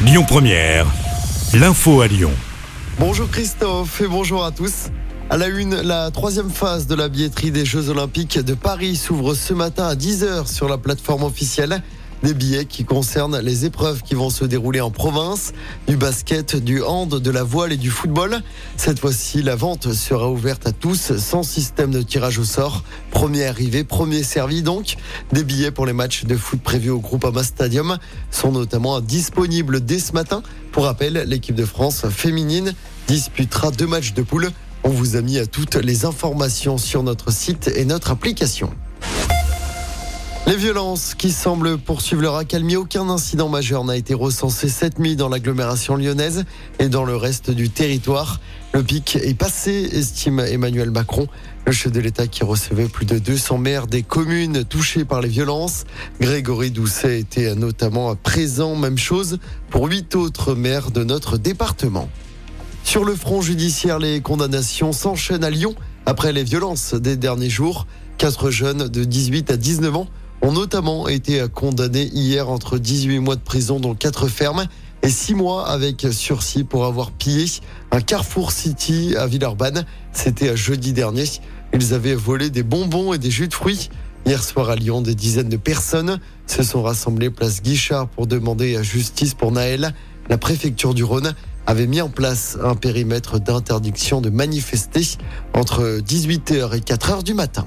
Lyon Première, l'info à Lyon. Bonjour Christophe et bonjour à tous. À la une, la troisième phase de la billetterie des Jeux Olympiques de Paris s'ouvre ce matin à 10h sur la plateforme officielle. Des billets qui concernent les épreuves qui vont se dérouler en province, du basket, du hand, de la voile et du football. Cette fois-ci, la vente sera ouverte à tous sans système de tirage au sort. Premier arrivé, premier servi donc. Des billets pour les matchs de foot prévus au Groupama Stadium sont notamment disponibles dès ce matin. Pour rappel, l'équipe de France féminine disputera 2 matchs de poule. On vous a mis toutes les informations sur notre site et notre application. Les violences qui semblent poursuivre leur accalmie. Aucun incident majeur n'a été recensé cette nuit dans l'agglomération lyonnaise et dans le reste du territoire. Le pic est passé, estime Emmanuel Macron. Le chef de l'État qui recevait plus de 200 maires des communes touchées par les violences. Grégory Doucet était notamment présent. Même chose pour 8 autres maires de notre département. Sur le front judiciaire, les condamnations s'enchaînent à Lyon après les violences des derniers jours. 4 jeunes de 18 à 19 ans ont notamment été condamnés hier entre 18 mois de prison, dont 4 fermes, et 6 mois avec sursis pour avoir pillé un Carrefour City à Villeurbanne. C'était jeudi dernier. Ils avaient volé des bonbons et des jus de fruits. Hier soir à Lyon, des dizaines de personnes se sont rassemblées place Guichard pour demander justice pour Naël. La préfecture du Rhône avait mis en place un périmètre d'interdiction de manifester entre 18h et 4h du matin.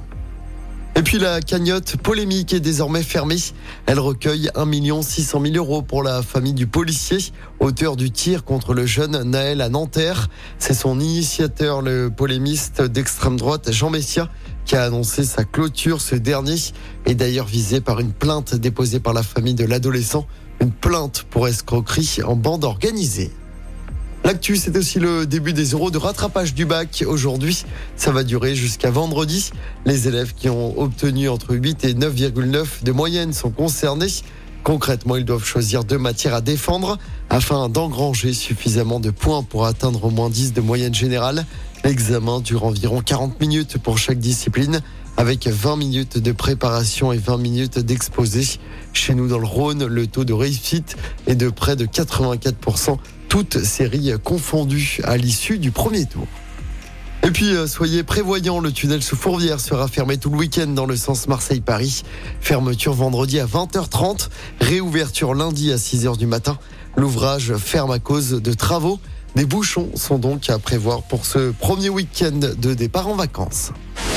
Et puis la cagnotte polémique est désormais fermée. Elle recueille 1 600 000 € pour la famille du policier, auteur du tir contre le jeune Naël à Nanterre. C'est son initiateur, le polémiste d'extrême droite Jean Messia, qui a annoncé sa clôture. Ce dernier est d'ailleurs visé par une plainte déposée par la famille de l'adolescent. Une plainte pour escroquerie en bande organisée. L'actu, c'est aussi le début des euros de rattrapage du bac. Aujourd'hui, ça va durer jusqu'à vendredi. Les élèves qui ont obtenu entre 8 et 9,9 de moyenne sont concernés. Concrètement, ils doivent choisir 2 matières à défendre afin d'engranger suffisamment de points pour atteindre au moins 10 de moyenne générale. L'examen dure environ 40 minutes pour chaque discipline, avec 20 minutes de préparation et 20 minutes d'exposé. Chez nous, dans le Rhône, le taux de réussite est de près de 84%. Toutes séries confondues à l'issue du premier tour. Et puis, soyez prévoyants, le tunnel sous Fourvière sera fermé tout le week-end dans le sens Marseille-Paris. Fermeture vendredi à 20h30, réouverture lundi à 6h du matin. L'ouvrage ferme à cause de travaux. Des bouchons sont donc à prévoir pour ce premier week-end de départ en vacances.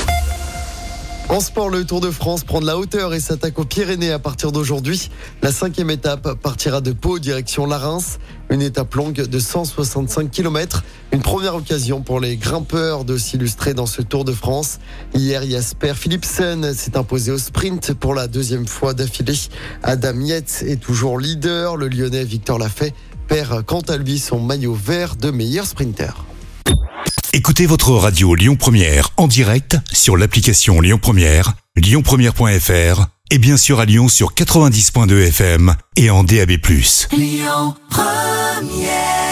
En sport, le Tour de France prend de la hauteur et s'attaque aux Pyrénées à partir d'aujourd'hui. La 5e étape partira de Pau direction la Reims. Une étape longue de 165 km. Une première occasion pour les grimpeurs de s'illustrer dans ce Tour de France. Hier, Jasper Philipsen s'est imposé au sprint pour la 2e fois d'affilée. Adam Yates est toujours leader. Le Lyonnais Victor Lafay perd quant à lui son maillot vert de meilleur sprinter. Écoutez votre radio Lyon Première en direct sur l'application Lyon Première, lyonpremière.fr et bien sûr à Lyon sur 90.2 FM et en DAB+. Lyon Première.